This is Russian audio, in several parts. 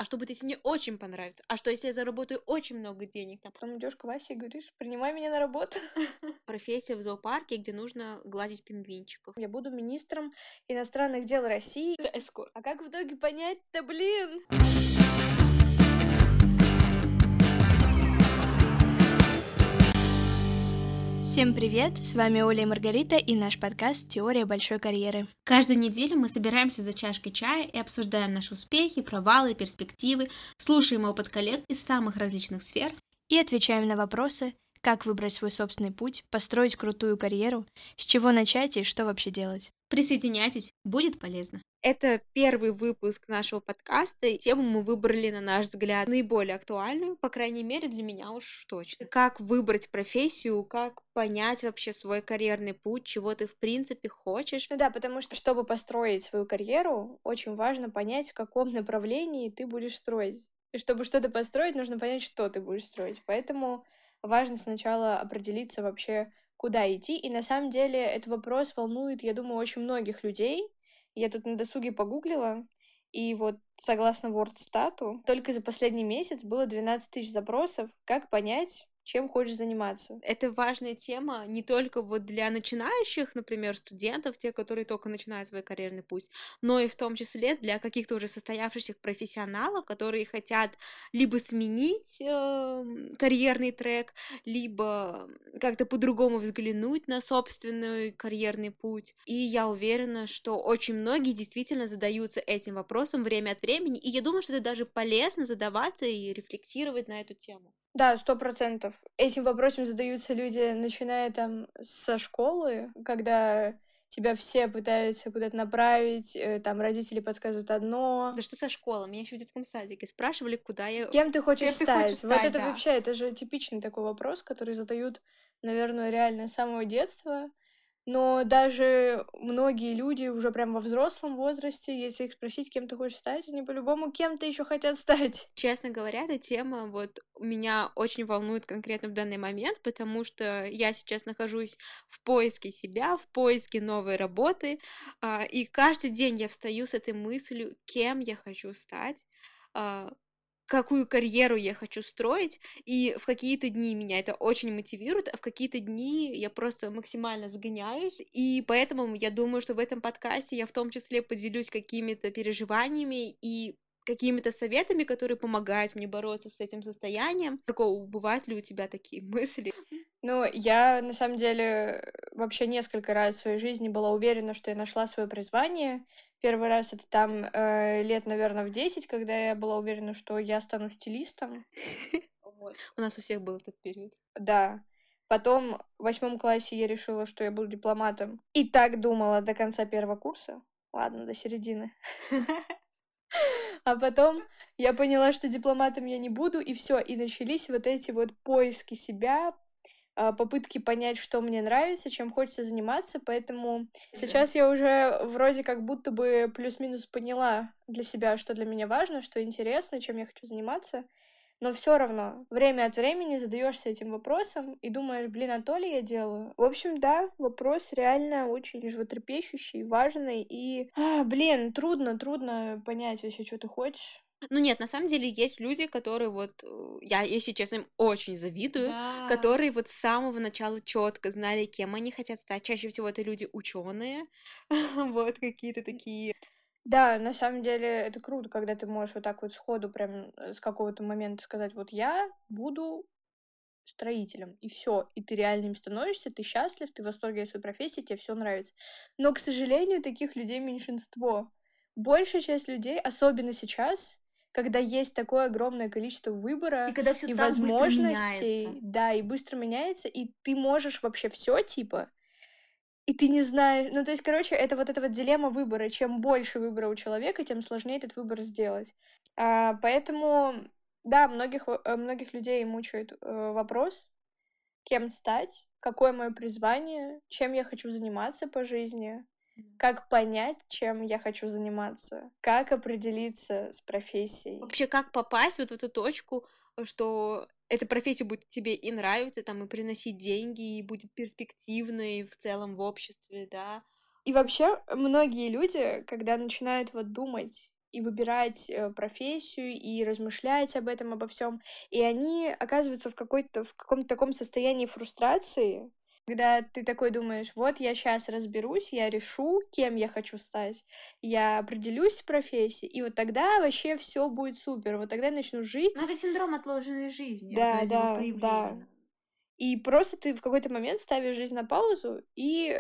А что будет, если мне очень понравится? А что, если я заработаю очень много денег? Там Потом идешь к Васе и говоришь: принимай меня на работу. профессия в зоопарке, где нужно гладить пингвинчиков. Я буду министром иностранных дел России. Это эскорт. А как в итоге понять-то, блин? Всем привет! С вами Оля и Маргарита и наш подкаст «Теория большой карьеры». Каждую неделю мы собираемся за чашкой чая и обсуждаем наши успехи, провалы, перспективы, слушаем опыт коллег из самых различных сфер И отвечаем на вопросы, как выбрать свой собственный путь, построить крутую карьеру, с чего начать и что вообще делать. Присоединяйтесь, будет полезно. Это первый выпуск нашего подкаста, и тему мы выбрали, на наш взгляд, наиболее актуальную, по крайней мере, для меня уж точно. Как выбрать профессию, как понять вообще свой карьерный путь, чего ты в принципе хочешь. Ну да, потому что, чтобы построить свою карьеру, очень важно понять, в каком направлении ты будешь строить. И чтобы что-то построить, нужно понять, что ты будешь строить. Поэтому важно сначала определиться вообще, куда идти. И на самом деле этот вопрос волнует, я думаю, очень многих людей. Я тут на досуге погуглила, и вот согласно Worldstatу, только за последний месяц было 12 тысяч запросов, как понять, чем хочешь заниматься. Это важная тема не только вот для начинающих, например, студентов, те, которые только начинают свой карьерный путь, но и в том числе для каких-то уже состоявшихся профессионалов, которые хотят либо сменить карьерный трек, либо как-то по-другому взглянуть на собственный карьерный путь. И я уверена, что очень многие действительно задаются этим вопросом время от времени, и я думаю, что это даже полезно задаваться и рефлексировать на эту тему. Да, 100%. Этим вопросом задаются люди, начиная там со школы, когда тебя все пытаются куда-то направить, там родители подсказывают одно. Да что со школы? Меня еще в детском садике спрашивали, куда я... Кем ты хочешь Кем ты хочешь стать? Вот стать, это да. вообще, это же типичный такой вопрос, который задают, наверное, реально с самого детства. Но даже многие люди уже прям во взрослом возрасте, если их спросить, кем ты хочешь стать, они по-любому кем-то еще хотят стать. Честно говоря, эта тема вот меня очень волнует конкретно в данный момент, потому что я сейчас нахожусь в поиске себя, в поиске новой работы, и каждый день я встаю с этой мыслью, кем я хочу стать, а, какую карьеру я хочу строить, и в какие-то дни меня это очень мотивирует, а в какие-то дни я просто максимально загоняюсь, и поэтому я думаю, что в этом подкасте я в том числе поделюсь какими-то переживаниями и какими-то советами, которые помогают мне бороться с этим состоянием. Марго, бывают ли у тебя такие мысли? Ну, я на самом деле вообще несколько раз в своей жизни была уверена, что я нашла свое призвание. Первый раз это там лет, наверное, в 10, когда я была уверена, что я стану стилистом. Вот. У нас у всех был этот период. Да. Потом в 8 классе я решила, что я буду дипломатом. И так думала до конца первого курса. Ладно, до середины. А потом я поняла, что дипломатом я не буду, и все. И начались вот эти вот поиски себя, попытки понять, что мне нравится, чем хочется заниматься, поэтому сейчас я уже вроде как будто бы плюс-минус поняла для себя, что для меня важно, что интересно, чем я хочу заниматься, но все равно время от времени задаешься этим вопросом и думаешь, блин, а то ли я делаю? В общем, да, вопрос реально очень животрепещущий, важный, и, блин, трудно понять вообще, что ты хочешь. Ну нет, на самом деле есть люди, которые вот, я, если честно, им очень завидую, которые вот с самого начала четко знали, кем они хотят стать. Чаще всего это люди ученые, вот какие-то такие. Да, на самом деле это круто, когда ты можешь вот так вот сходу прям с какого-то момента сказать, вот я буду строителем, и все, и ты реально им становишься, ты счастлив, ты в восторге от своей профессии, тебе все нравится. Но, к сожалению, таких людей меньшинство. Большая часть людей, особенно сейчас, когда есть такое огромное количество выбора И когда все и так быстро возможностей, меняется. да, и быстро меняется, и ты можешь вообще все типа, и ты не знаешь, ну, то есть, короче, это вот эта вот дилемма выбора. Чем больше выбора у человека, тем сложнее этот выбор сделать. Поэтому, да, многих людей мучает вопрос, кем стать, какое мое призвание, чем я хочу заниматься по жизни, как понять, чем я хочу заниматься, как определиться с профессией. Вообще, как попасть вот в эту точку, что эта профессия будет тебе и нравиться, там, и приносить деньги, и будет перспективной в целом в обществе, да. И вообще, многие люди, когда начинают вот думать, и выбирать профессию, и размышлять об этом, обо всем. И они оказываются в каком-то таком состоянии фрустрации, когда ты такой думаешь, вот я сейчас разберусь, я решу, кем я хочу стать, я определюсь в профессии, и вот тогда вообще все будет супер, вот тогда я начну Ну, жить. это синдром отложенной жизни, одно Да, из его да, да. проявлений. И просто ты в какой-то момент ставишь жизнь на паузу и,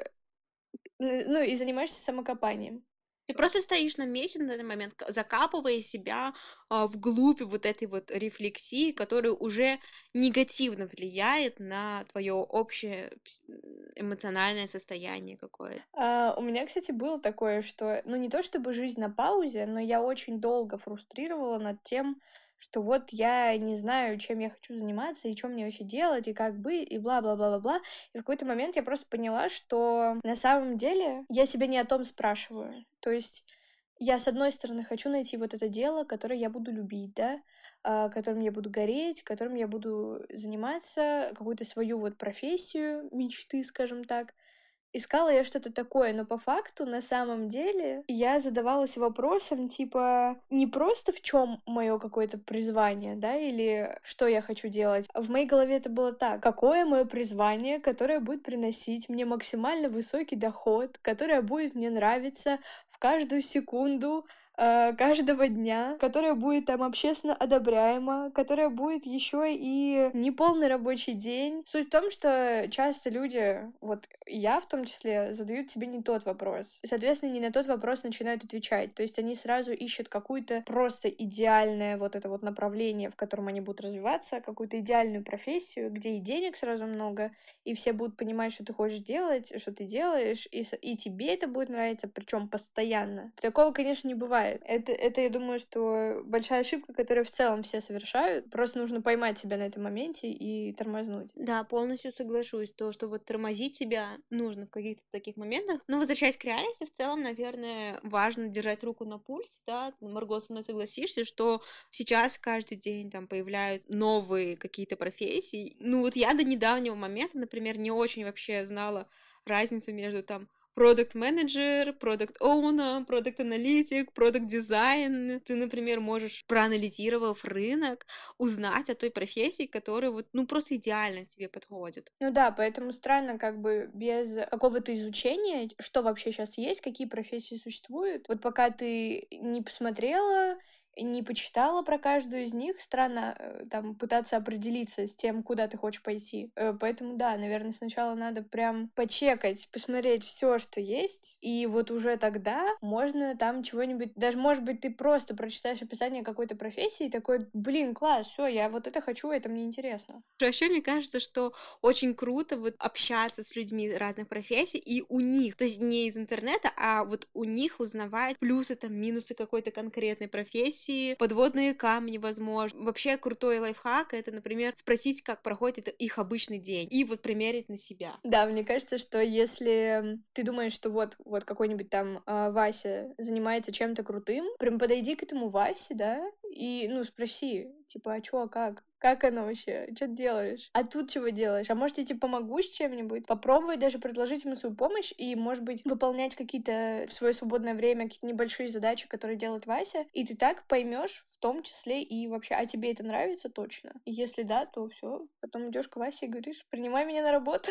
ну, и занимаешься самокопанием. Ты просто стоишь на месте на данный момент, закапывая себя вглубь вот этой вот рефлексии, которая уже негативно влияет на твое общее эмоциональное состояние какое-то. У меня, кстати, было такое, что, ну, не то чтобы жизнь на паузе, но я очень долго фрустрировала над тем, что вот я не знаю, чем я хочу заниматься, и что мне вообще делать, и как быть, и бла-бла-бла-бла-бла. И в какой-то момент я просто поняла, что на самом деле я себя не о том спрашиваю. То есть я, с одной стороны, хочу найти вот это дело, которое я буду любить, да, которым я буду гореть, которым я буду заниматься, какую-то свою вот профессию мечты, скажем так. Искала я что-то такое, но по факту, на самом деле, я задавалась вопросом, типа, не просто в чем мое какое-то призвание, да, или что я хочу делать. В моей голове это было так: какое мое призвание, которое будет приносить мне максимально высокий доход, которое будет мне нравиться в каждую секунду каждого дня, которое будет там общественно одобряемо, которое будет еще и неполный рабочий день. Суть в том, что часто люди, вот я в том числе, задают тебе не тот вопрос. И, соответственно, не на тот вопрос начинают отвечать. То есть они сразу ищут какую-то просто идеальное вот это вот направление, в котором они будут развиваться, какую-то идеальную профессию, где и денег сразу много, и все будут понимать, что ты хочешь делать, что ты делаешь, и тебе это будет нравиться, причем постоянно. Такого, конечно, не бывает. Это, я думаю, что большая ошибка, которую в целом все совершают. Просто нужно поймать себя на этом моменте и тормознуть. Да, полностью соглашусь. То, что вот тормозить себя нужно в каких-то таких моментах. Но возвращаясь к реальности, в целом, наверное, важно держать руку на пульсе, да. Ты, Марго, со мной согласишься, что сейчас каждый день там появляются новые какие-то профессии. Ну вот я до недавнего момента, например, не очень вообще знала разницу между там продакт-менеджер, продакт-оунер, продакт-аналитик, продакт-дизайн. Ты, например, можешь, проанализировав рынок, узнать о той профессии, которая вот, ну, просто идеально тебе подходит. Ну да, поэтому странно, как бы без какого-то изучения, что вообще сейчас есть, какие профессии существуют. Вот пока ты не посмотрела, не почитала про каждую из них, странно там пытаться определиться с тем, куда ты хочешь пойти. Поэтому да, наверное, сначала надо прям почекать, посмотреть все, что есть, и вот уже тогда можно там чего-нибудь, даже может быть ты просто прочитаешь описание какой-то профессии и такой, блин, класс, все, я вот это хочу, это мне интересно. Вообще, мне кажется, что очень круто вот общаться с людьми разных профессий и у них, то есть не из интернета, а вот у них узнавать плюсы, там, минусы какой-то конкретной профессии, подводные камни, возможно. Вообще крутой лайфхак — это, например, спросить, как проходит их обычный день, и вот примерить на себя. Да, мне кажется, что если ты думаешь, что вот какой-нибудь там Вася занимается чем-то крутым, прям подойди к этому Васе, да, и, ну, спроси, типа, а чё, а как? Как оно вообще? Что ты делаешь? А тут чего делаешь? А может, я тебе помогу с чем-нибудь? Попробуй даже предложить ему свою помощь и, может быть, выполнять какие-то в свое свободное время какие-то небольшие задачи, которые делает Вася, и ты так поймешь, в том числе и вообще, а тебе это нравится точно? И если да, то все, потом идешь к Васе и говоришь, принимай меня на работу.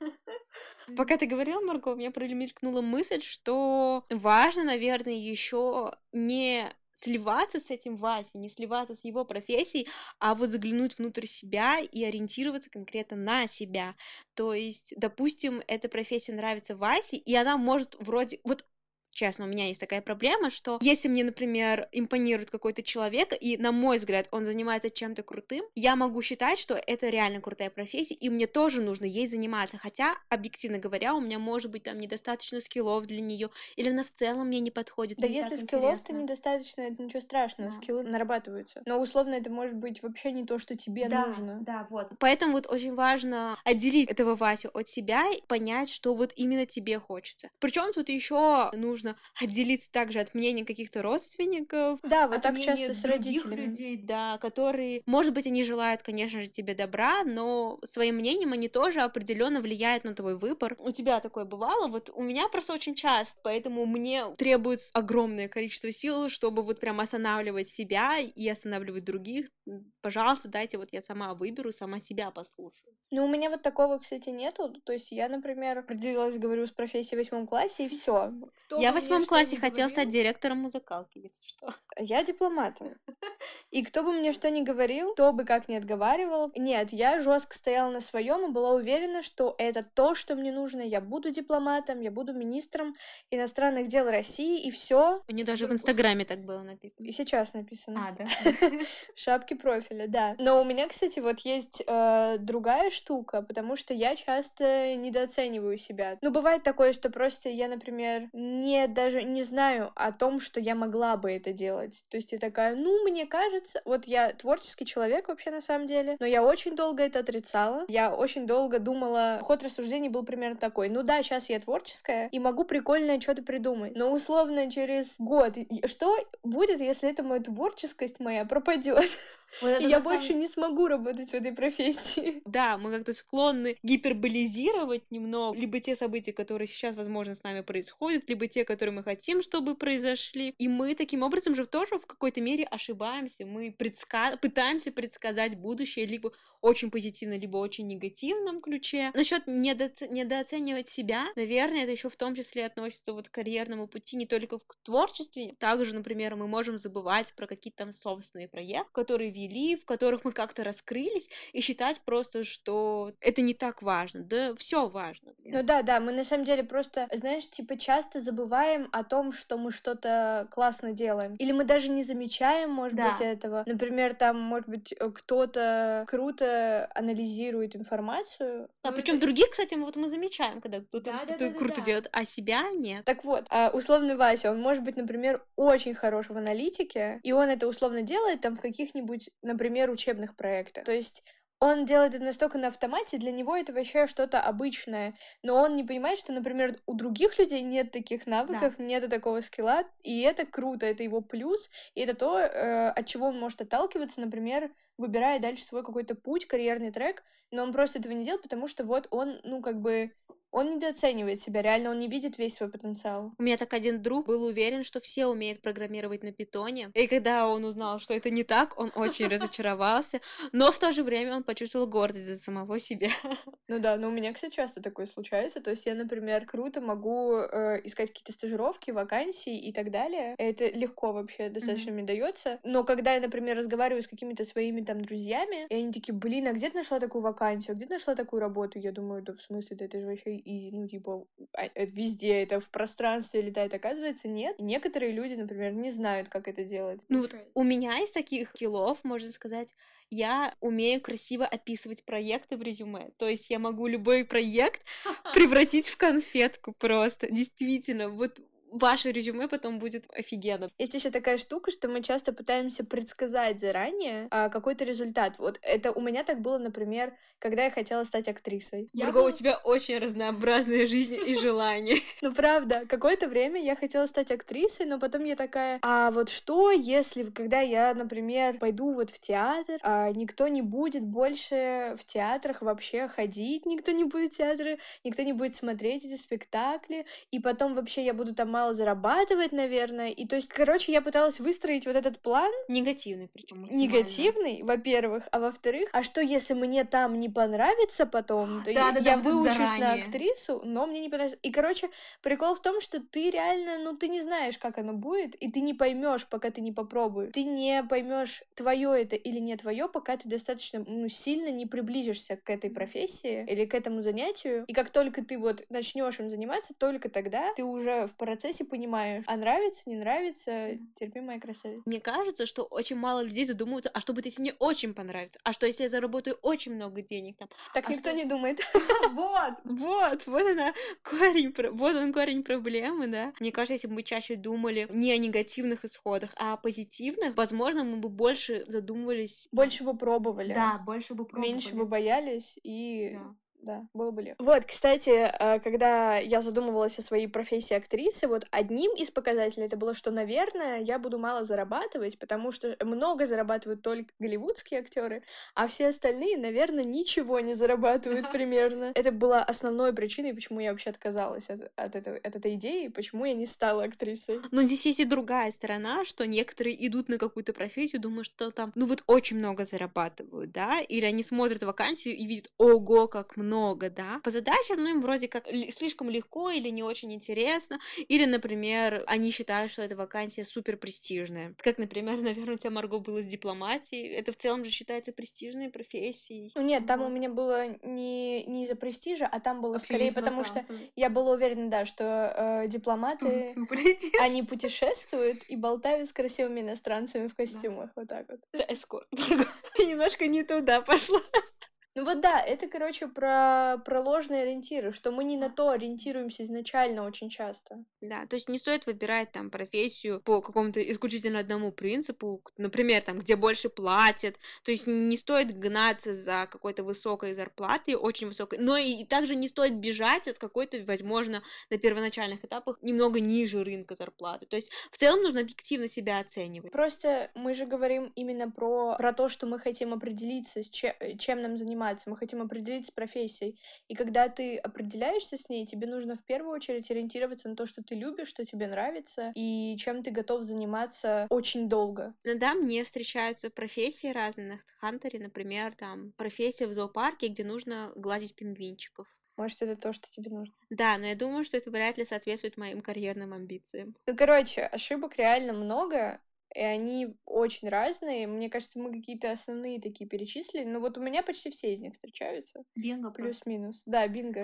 Пока ты говорила, Марго, у меня промелькнула мысль, что важно, наверное, еще не сливаться с этим Васей, не сливаться с его профессией, а вот заглянуть внутрь себя и ориентироваться конкретно на себя. То есть, допустим, эта профессия нравится Васе, и она может вроде... Вот честно, у меня есть такая проблема, что если мне, например, импонирует какой-то человек, и, на мой взгляд, он занимается чем-то крутым, я могу считать, что это реально крутая профессия, и мне тоже нужно ей заниматься, хотя, объективно говоря, у меня может быть там недостаточно скиллов для нее, или она в целом мне не подходит. Да если скиллов-то недостаточно, это ничего страшного, скиллы нарабатываются. Но условно это может быть вообще не то, что тебе нужно. Да, вот. Поэтому вот очень важно отделить этого Васю от себя и понять, что вот именно тебе хочется. Причем тут еще нужно нужно отделиться также от мнения каких-то родственников, Да, вот от так мнения часто с других родителями. людей, да, которые, может быть, они желают, конечно же, тебе добра, но своим мнением они тоже определенно влияют на твой выбор. У тебя такое бывало? Вот у меня просто очень часто, поэтому мне требуется огромное количество сил, чтобы вот прям останавливать себя и останавливать других. Пожалуйста, дайте, вот я сама выберу, сама себя послушаю. Ну, у меня вот такого, кстати, нету. То есть я, например, определилась, говорю, с профессией в 8 классе, и все. Я в 8 классе хотела стать директором музыкалки, если что. Я дипломатом. И кто бы мне что ни говорил, кто бы как ни отговаривал, нет, я жестко стояла на своем и была уверена, что это то, что мне нужно. Я буду дипломатом, я буду министром иностранных дел России, и все. У нее даже в Инстаграме так было написано. И сейчас написано. Да? В шапке профиля, да. Но у меня, кстати, вот есть другая штука, потому что я часто недооцениваю себя. Ну, бывает такое, что просто я, например, даже не знаю о том, что я могла бы это делать. То есть я такая, ну, мне кажется, вот я творческий человек вообще на самом деле, но я очень долго это отрицала. Я очень долго думала, ход рассуждений был примерно такой, ну да, сейчас я творческая и могу прикольное что-то придумать, но условно через год, что будет, если эта моя творческость моя пропадет? Вот И я больше не смогу работать в этой профессии. Да, мы как-то склонны гиперболизировать немного либо те события, которые сейчас, возможно, с нами происходят, либо те, которые мы хотим, чтобы произошли. И мы таким образом же тоже в какой-то мере ошибаемся. Мы пытаемся предсказать будущее либо очень позитивно, либо очень негативном ключе. Насчет недооценивать себя, наверное, это еще в том числе относится вот к карьерному пути, не только к творчестве. Также, например, мы можем забывать про какие-то там собственные проекты, которые вели, в которых мы как-то раскрылись, и считать просто, что это не так важно. Да, все важно. Ну да, мы на самом деле просто, знаешь, типа часто забываем о том, что мы что-то классно делаем. Или мы даже не замечаем, может быть, этого. Например, там, может быть, кто-то круто анализирует информацию. Да, причем других, кстати, вот мы замечаем, когда кто-то что-то круто делает, а себя нет. Так вот, условный Вася, он может быть, например, очень хорош в аналитике, и он это условно делает там в каких-нибудь, например, учебных проектах. То есть он делает это настолько на автомате, для него это вообще что-то обычное, но он не понимает, что, например, у других людей нет таких навыков, нету такого скилла, и это круто, это его плюс, и это то, от чего он может отталкиваться, например, выбирая дальше свой какой-то путь, карьерный трек, но он просто этого не делает, потому что вот он, ну, как бы, он недооценивает себя, реально, он не видит весь свой потенциал. У меня так один друг был уверен, что все умеют программировать на питоне, и когда он узнал, что это не так, он очень разочаровался, но в то же время он почувствовал гордость за самого себя. Ну да, но у меня, кстати, часто такое случается, то есть я, например, круто могу искать какие-то стажировки, вакансии и так далее, это легко вообще достаточно мне дается, но когда я, например, разговариваю с какими-то своими там друзьями, и они такие, блин, а где ты нашла такую вакансию, а где ты нашла такую работу? Я думаю, да в смысле, да это же вообще и, ну, типа, это везде, это в пространстве летает, оказывается, нет. И некоторые люди, например, не знают, как это делать. Ну вот у меня из таких скиллов, можно сказать, я умею красиво описывать проекты в резюме. То есть я могу любой проект превратить в конфетку просто. Действительно, вот ваше резюме потом будет офигенно. Есть еще такая штука, что мы часто пытаемся предсказать заранее какой-то результат. Вот это у меня так было, например, когда я хотела стать актрисой. Марго, у тебя очень разнообразная жизнь и желания. Ну, правда, какое-то время я хотела стать актрисой, но потом я такая, а вот что, если, когда я, например, пойду вот в театр, никто не будет больше в театрах вообще ходить, никто не будет в театры, никто не будет смотреть эти спектакли, и потом вообще я буду там мало зарабатывать, наверное, и то есть, короче, я пыталась выстроить вот этот план. Негативный причем. Негативный, во-первых, а во-вторых, а что, если мне там не понравится потом, то я выучусь на актрису, но мне не понравится. И, короче, прикол в том, что ты реально, ну, ты не знаешь, как оно будет, и ты не поймешь, пока ты не попробуешь. Ты не поймешь, твое это или не твое, пока ты достаточно сильно не приблизишься к этой профессии или к этому занятию. И как только ты вот начнешь им заниматься, только тогда ты уже в процессе понимаешь, а нравится, не нравится, терпи, моя красавица. Мне кажется, что очень мало людей задумываются, а что будет, если мне очень понравится? А что, если я заработаю очень много денег там? Так никто не думает. Вот она, вот он корень проблемы, да. Мне кажется, если бы мы чаще думали не о негативных исходах, а о позитивных, возможно, мы бы больше задумывались. Больше бы пробовали. Да, больше бы пробовали. Меньше бы боялись и Да, было бы легче. Вот, кстати, когда я задумывалась о своей профессии актрисы, вот одним из показателей это было, что, наверное, я буду мало зарабатывать, потому что много зарабатывают только голливудские актеры, а все остальные, наверное, ничего не зарабатывают примерно. Это была основной причиной, почему я вообще отказалась от этой идеи, почему я не стала актрисой. Но здесь есть и другая сторона, что некоторые идут на какую-то профессию, думают, что там, ну вот очень много зарабатывают, да, или они смотрят вакансию и видят, ого, как много, да. По задачам, ну им вроде как слишком легко или не очень интересно, или, например, они считают, что эта вакансия супер престижная. Как, например, наверное, у тебя, Марго, было с дипломатией. Это в целом же считается престижной профессией. Ну нет, там у меня было не из-за престижа, а там было скорее потому, что я была уверена, да, что дипломаты, они путешествуют и болтают с красивыми иностранцами в костюмах, вот так вот. Это эскорт. Немножко не туда пошла. Ну вот да, это, короче, про ложные ориентиры, что мы не на то ориентируемся изначально очень часто. Да, то есть не стоит выбирать там профессию по какому-то исключительно одному принципу, например, там, где больше платят, то есть не стоит гнаться за какой-то высокой зарплатой, очень высокой, но и также не стоит бежать от какой-то, возможно, на первоначальных этапах немного ниже рынка зарплаты, то есть в целом нужно объективно себя оценивать. Просто мы же говорим именно про то, что мы хотим определиться, чем нам заниматься, мы хотим определиться с профессией, и когда ты определяешься с ней, тебе нужно в первую очередь ориентироваться на то, что ты любишь, что тебе нравится, и чем ты готов заниматься очень долго. Иногда мне встречаются профессии разные на HeadHunter, например, там профессия в зоопарке, где нужно гладить пингвинчиков. Может, это то, что тебе нужно. Да, но я думаю, что это вряд ли соответствует моим карьерным амбициям. Ну, короче, ошибок реально много, и они очень разные. Мне кажется, мы какие-то основные такие перечислили. Но вот у меня почти все из них встречаются. Бинго плюс-минус. Да, бинго.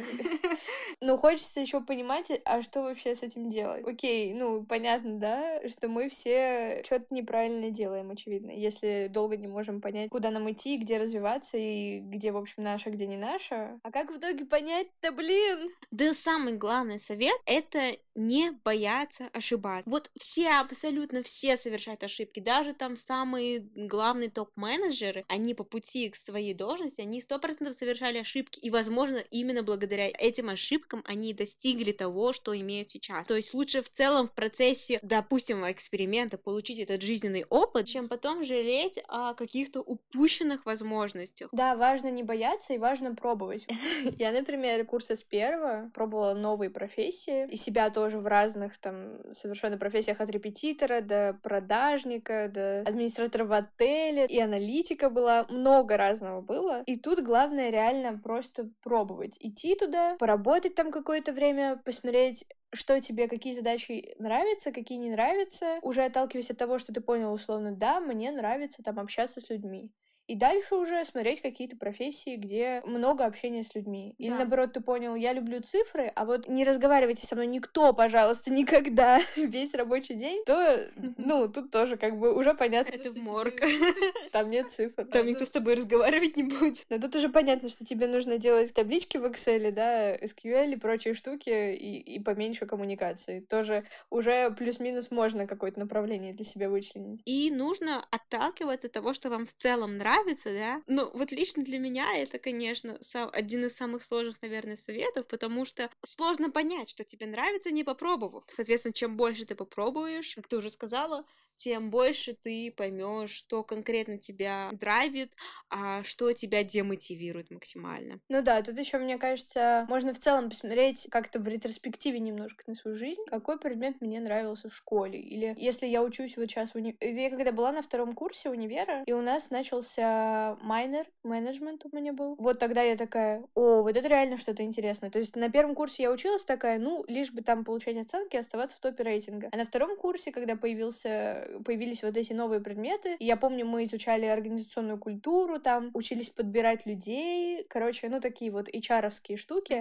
Но хочется еще понимать, а что вообще с этим делать? Окей, ну, понятно, да, что мы все что-то неправильно делаем, очевидно. Если долго не можем понять, куда нам идти, где развиваться, и где, в общем, наша, где не наша. А как в итоге понять-то, блин? Да самый главный совет — это не бояться ошибаться. Вот все, абсолютно все совершают ошибки. Даже там самые главные топ-менеджеры, они по пути к своей должности, они 100% совершали ошибки. И, возможно, именно благодаря этим ошибкам они достигли того, что имеют сейчас. То есть лучше в целом в процессе, допустим, эксперимента получить этот жизненный опыт, чем потом жалеть о каких-то упущенных возможностях. Да, важно не бояться и важно пробовать. Я, например, курса с первого пробовала новые профессии, и себя тоже в разных там совершенно профессиях, от репетитора до продажника, до администратора в отеле, и аналитика была, много разного было. И тут главное реально просто пробовать. Идти туда, поработать там какое-то время, посмотреть, что тебе, какие задачи нравятся, какие не нравятся, уже отталкиваясь от того, что ты понял условно, да, мне нравится там общаться с людьми. И дальше уже смотреть какие-то профессии, где много общения с людьми. Или наоборот, ты понял, я люблю цифры, а вот не разговаривайте со мной никто, пожалуйста, никогда весь рабочий день, то, ну, тут тоже как бы уже понятно. Это в морг. Там нет цифр. Там никто с тобой разговаривать не будет. Но тут уже понятно, что тебе нужно делать таблички в Excel, да, SQL и прочие штуки, и поменьше коммуникации. Тоже уже плюс-минус можно какое-то направление для себя вычленить. И нужно отталкиваться от того, что вам в целом нравится, да. Ну, вот лично для меня это, конечно, один из самых сложных, наверное, советов, потому что сложно понять, что тебе нравится, не попробовав. Соответственно, чем больше ты попробуешь, как ты уже сказала, тем больше ты поймешь, что конкретно тебя драйвит, а что тебя демотивирует максимально. Ну да, тут еще, мне кажется, можно в целом посмотреть как-то в ретроспективе немножко на свою жизнь, какой предмет мне нравился в школе. Или если я учусь вот сейчас Я когда была на 2-м курсе универа, и у нас начался майнер, менеджмент у меня был. Вот тогда я такая, вот это реально что-то интересное. То есть на 1-м курсе я училась такая, ну, лишь бы там получать оценки и оставаться в топе рейтинга. А на 2-м курсе, когда появились вот эти новые предметы. Я помню, мы изучали организационную культуру, там учились подбирать людей, короче, ну такие вот HR-овские штуки.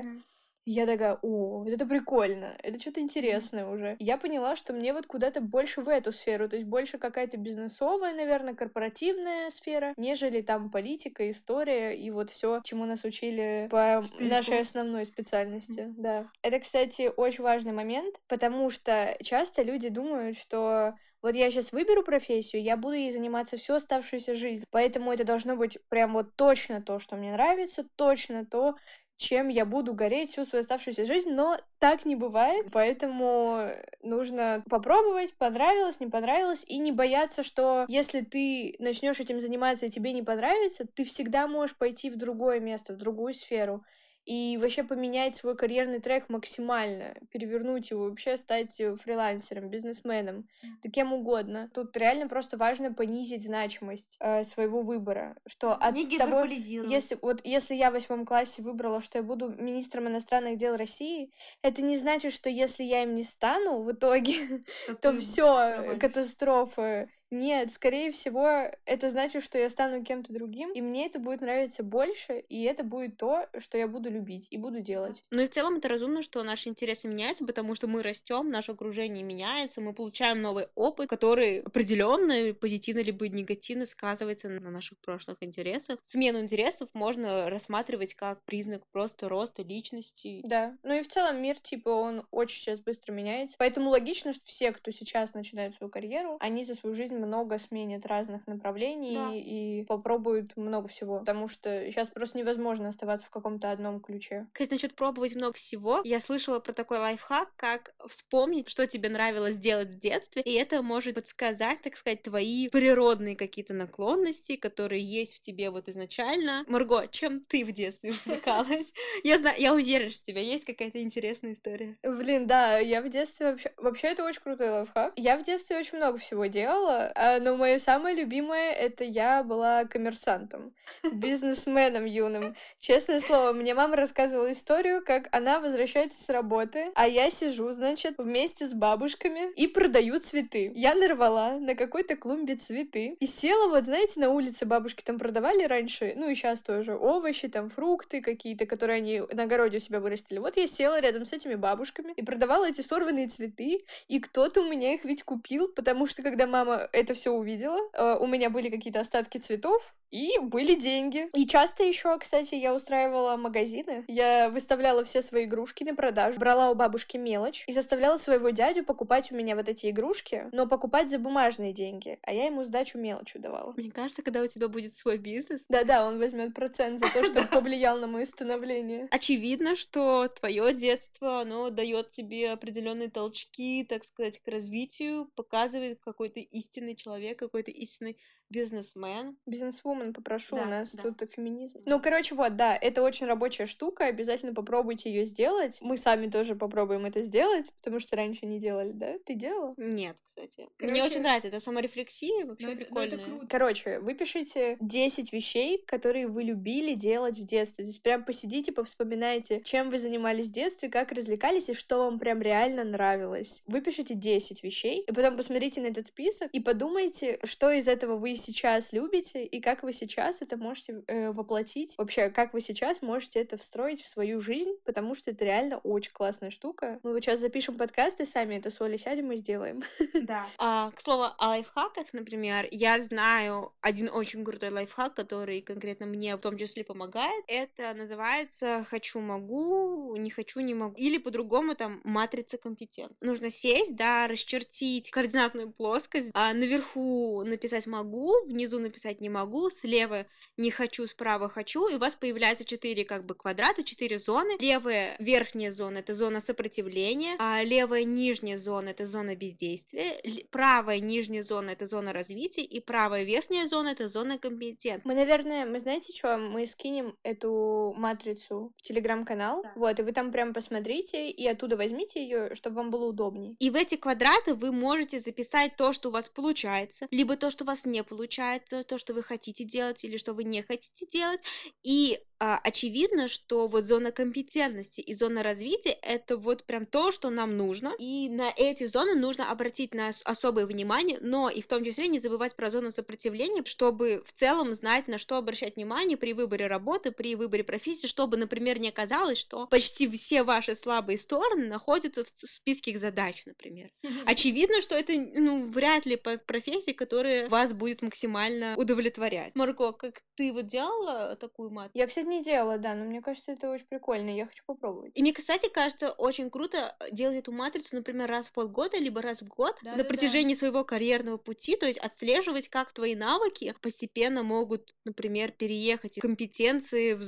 Я такая, вот это прикольно, это что-то интересное уже. Я поняла, что мне вот куда-то больше в эту сферу, то есть больше какая-то бизнесовая, наверное, корпоративная сфера, нежели там политика, история и вот все, чему нас учили по нашей основной специальности. Да. Это, кстати, очень важный момент, потому что часто люди думают, что вот я сейчас выберу профессию, я буду ей заниматься всю оставшуюся жизнь. Поэтому это должно быть прям вот точно то, что мне нравится, точно то, чем я буду гореть всю свою оставшуюся жизнь, но так не бывает, поэтому нужно попробовать, понравилось, не понравилось, и не бояться, что если ты начнешь этим заниматься и тебе не понравится, ты всегда можешь пойти в другое место, в другую сферу, и вообще поменять свой карьерный трек максимально, перевернуть его, вообще стать фрилансером, бизнесменом, да кем угодно. Тут реально просто важно понизить значимость своего выбора, что от Не того, гиперболизировать. если я в 8 классе выбрала, что я буду министром иностранных дел России, это не значит, что если я им не стану в итоге, то ты все, провалишься. катастрофа. Нет, скорее всего, это значит, что я стану кем-то другим, и мне это будет нравиться больше, и это будет то, что я буду любить и буду делать. Ну и в целом это разумно, что наши интересы меняются, потому что мы растем, наше окружение меняется, мы получаем новый опыт, который определенно позитивно либо негативно сказывается на наших прошлых интересах. Смену интересов можно рассматривать как признак просто роста личности. Да, ну и в целом мир, типа, он очень сейчас быстро меняется, поэтому логично, что все, кто сейчас начинает свою карьеру, они за свою жизнь много сменят разных направлений Да. и попробуют много всего, потому что сейчас просто невозможно оставаться в каком-то одном ключе. Кстати, насчет пробовать много всего, я слышала про такой лайфхак, как вспомнить, что тебе нравилось делать в детстве, и это может подсказать, так сказать, твои природные какие-то наклонности, которые есть в тебе вот изначально. Марго, чем ты в детстве увлекалась? Я знаю, я уверена, что у тебя есть какая-то интересная история. Блин, да, я в детстве вообще это очень крутой лайфхак. Я в детстве очень много всего делала, но мое самое любимое — это я была коммерсантом, бизнесменом юным. Честное слово, мне мама рассказывала историю, как она возвращается с работы, а я сижу, значит, вместе с бабушками и продаю цветы. Я нарвала на какой-то клумбе цветы и села, вот знаете, на улице бабушки там продавали раньше, ну и сейчас тоже, овощи, там фрукты какие-то, которые они на огороде у себя вырастили. Вот я села рядом с этими бабушками и продавала эти сорванные цветы, и кто-то у меня их ведь купил, потому что когда мама это все увидела, у меня были какие-то остатки цветов, и были деньги. И часто еще, кстати, я устраивала магазины. Я выставляла все свои игрушки на продажу, брала у бабушки мелочь и заставляла своего дядю покупать у меня вот эти игрушки, но покупать за бумажные деньги, а я ему сдачу мелочью давала. Мне кажется, когда у тебя будет свой бизнес, Да-да, он возьмет процент за то, что повлиял на мое становление. очевидно, что твое детство, оно дает тебе определенные толчки, так сказать, к развитию, показывает какой-то истинный человек, какой-то истинный бизнесмен. Бизнесвумен, попрошу, Да, у нас да. тут феминизм. Ну, короче, вот, да, это очень рабочая штука, обязательно попробуйте ее сделать. Мы сами тоже попробуем это сделать, потому что раньше не делали, да? Ты делала? Нет, кстати. Мне Короче, очень нравится, это саморефлексия, вообще Ну, это прикольная. круто. Короче, выпишите 10 вещей, которые вы любили делать в детстве. То есть прям посидите, повспоминайте, чем вы занимались в детстве, как развлекались и что вам прям реально нравилось. Выпишите 10 вещей, и потом посмотрите на этот список и подумайте, что из этого вы сейчас любите и как вы сейчас это можете воплотить. Вообще, как вы сейчас можете это встроить в свою жизнь, потому что это реально очень классная штука. Мы вот сейчас запишем подкаст и сами это с Олей сядем и сделаем. Да. К слову, о лайфхаках, например, я знаю один очень крутой лайфхак, который конкретно мне в том числе помогает. Это называется «хочу, могу, не хочу, не могу». Или по-другому там матрица компетенций. Нужно сесть, да, расчертить координатную плоскость, наверху написать «могу», внизу написать «не могу», слева «не хочу», справа «хочу», и у вас появляется 4 как бы квадрата, 4 зоны. Левая верхняя зона — это зона сопротивления, а левая нижняя зона — это зона бездействия, правая нижняя зона — это зона развития, и правая верхняя зона — это зона компетенции. Мы, наверное, мы знаете что? Мы скинем эту матрицу в телеграм-канал, Да. вот, и вы там прям посмотрите, и оттуда возьмите ее, чтобы вам было удобнее. И в эти квадраты вы можете записать то, что у вас получается, либо то, что у вас не получается, то, что вы хотите делать, или что вы не хотите делать. И очевидно, что вот зона компетентности и зона развития — это вот прям то, что нам нужно. И на эти зоны нужно обратить на особое внимание, но и в том числе не забывать про зону сопротивления, чтобы в целом знать, на что обращать внимание при выборе работы, при выборе профессии, чтобы, например, не оказалось, что почти все ваши слабые стороны находятся в списке их задач, например. Очевидно, что это, вряд ли профессия, которая вас будет максимально удовлетворять. Марго, как ты вот делала такую матрицу? Я, кстати, не делала, да, но мне кажется, это очень прикольно, я хочу попробовать. И мне, кстати, кажется, очень круто делать эту матрицу, например, раз в полгода, либо раз в год на протяжении своего карьерного пути, то есть отслеживать, как твои навыки постепенно могут, например, переехать компетенции в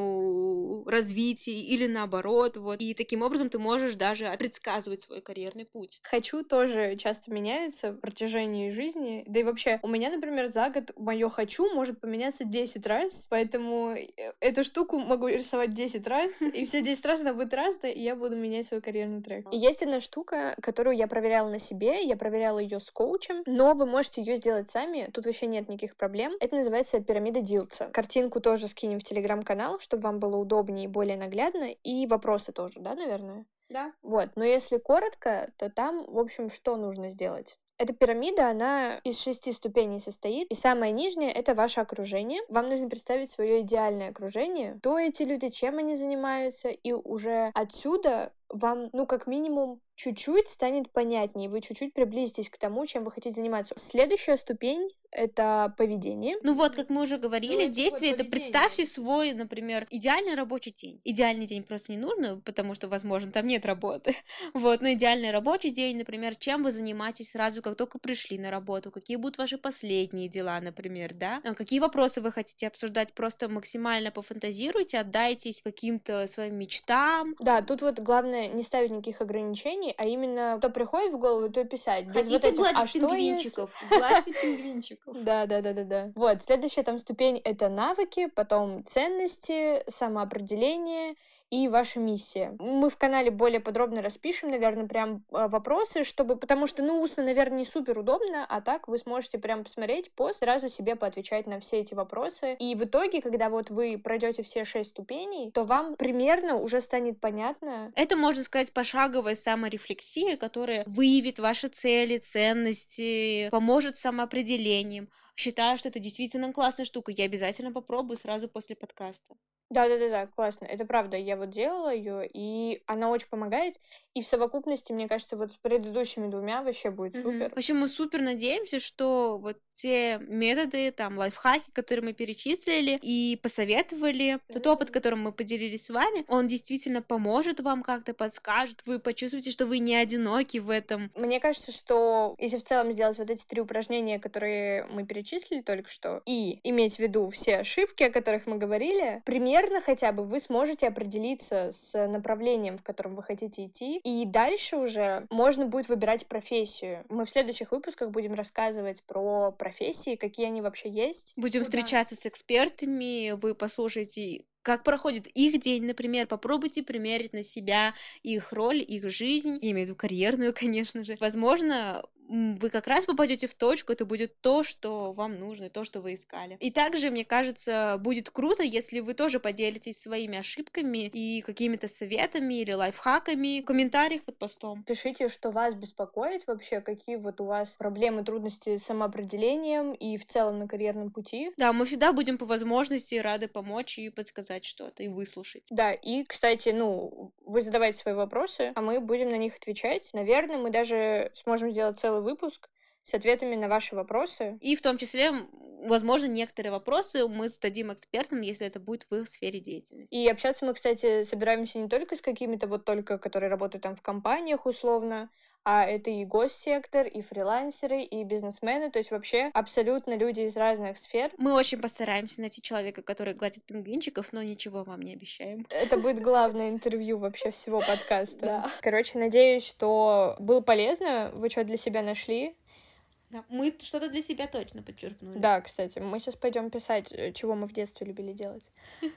зону развития или наоборот, вот. И таким образом ты можешь даже предсказывать свой карьерный путь. Хочу тоже часто меняются в протяжении жизни, да и вообще, у меня, например, за год мое «хочу» может поменяться 10 раз, поэтому эту штуку могу рисовать 10 раз, и все 10 раз она будет разная, и я буду менять свой карьерный трек. И есть одна штука, которую я проверяла на себе, я проверяла ее с коучем, но вы можете ее сделать сами, тут вообще нет никаких проблем. Это называется пирамида Дилца. Картинку тоже скинем в телеграм-канал, чтобы вам было удобнее и более наглядно, и вопросы тоже, да, наверное? Да. Вот, но если коротко, то там, в общем, что нужно сделать? Эта пирамида, она из 6 ступеней состоит, и самая нижняя — это ваше окружение. Вам нужно представить свое идеальное окружение, кто эти люди, чем они занимаются, и уже отсюда вам, как минимум, чуть-чуть станет понятнее, вы чуть-чуть приблизитесь к тому, чем вы хотите заниматься. Следующая ступень — это поведение. Как мы уже говорили, действие — это представьте свой, например, идеальный рабочий день. Идеальный день просто не нужно, потому что, возможно, там нет работы. Вот, но идеальный рабочий день, например, чем вы занимаетесь сразу, как только пришли на работу, какие будут ваши последние дела, например, да? Какие вопросы вы хотите обсуждать, просто максимально пофантазируйте, отдайтесь каким-то своим мечтам. Да, тут вот главное не ставить никаких ограничений, а именно то приходит в голову, то и писать. Хотите гладить пингвинчиков? Гладьте пингвинчиков. Да. Вот, следующая там ступень — это навыки, потом ценности, самоопределение и ваша миссия. Мы в канале более подробно распишем, наверное, прям вопросы, потому что, устно, наверное, не супер удобно, а так вы сможете прям посмотреть пост, сразу себе поотвечать на все эти вопросы. И в итоге, когда вот вы пройдете все 6 ступеней, то вам примерно уже станет понятно. Это, можно сказать, пошаговая саморефлексия, которая выявит ваши цели, ценности, поможет с самоопределением. Считаю, что это действительно классная штука. Я обязательно попробую сразу после подкаста. Да, классно. Это правда. Я вот делала ее, и она очень помогает. И в совокупности, мне кажется, вот с предыдущими 2 вообще будет супер. В общем, мы супер надеемся, что вот те методы, там, лайфхаки, которые мы перечислили и посоветовали, тот опыт, которым мы поделились с вами, он действительно поможет вам как-то, подскажет, вы почувствуете, что вы не одиноки в этом. Мне кажется, что если в целом сделать вот эти 3 упражнения, которые мы перечислили только что, и иметь в виду все ошибки, о которых мы говорили, примерно хотя бы вы сможете определиться с направлением, в котором вы хотите идти, и дальше уже можно будет выбирать профессию. Мы в следующих выпусках будем рассказывать про профессии, какие они вообще есть. Будем встречаться с экспертами, вы послушаете, как проходит их день, например, попробуйте примерить на себя их роль, их жизнь, я имею в виду карьерную, конечно же. Возможно, вы как раз попадете в точку, это будет то, что вам нужно, то, что вы искали. И также, мне кажется, будет круто, если вы тоже поделитесь своими ошибками и какими-то советами или лайфхаками в комментариях под постом. Пишите, что вас беспокоит вообще, какие вот у вас проблемы, трудности с самоопределением и в целом на карьерном пути. Да, мы всегда будем по возможности рады помочь и подсказать что-то, и выслушать. Да, и, кстати, вы задавайте свои вопросы, а мы будем на них отвечать. Наверное, мы даже сможем сделать целый выпуск с ответами на ваши вопросы. И в том числе, возможно, некоторые вопросы мы зададим экспертам, если это будет в их сфере деятельности. И общаться мы, кстати, собираемся не только с какими-то которые работают там в компаниях условно, а это и госсектор, и фрилансеры, и бизнесмены, то есть вообще абсолютно люди из разных сфер. Мы очень постараемся найти человека, который гладит пингвинчиков, но ничего вам не обещаем. Это будет главное интервью вообще всего подкаста. Да. Короче, надеюсь, что было полезно, вы что-то для себя нашли. Да, мы что-то для себя точно подчеркнули. Да, кстати, мы сейчас пойдем писать, чего мы в детстве любили делать.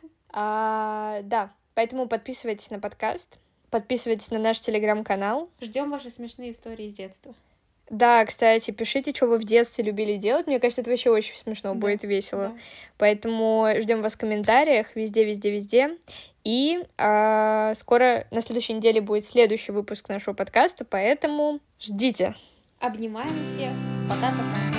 Да, поэтому подписывайтесь на подкаст. Подписывайтесь на наш телеграм-канал. Ждем ваши смешные истории из детства. Да, кстати, пишите, что вы в детстве любили делать. Мне кажется, это вообще очень смешно, будет весело. Да. Поэтому ждем вас в комментариях везде. И скоро на следующей неделе будет следующий выпуск нашего подкаста, поэтому ждите. Обнимаем всех. Пока-пока.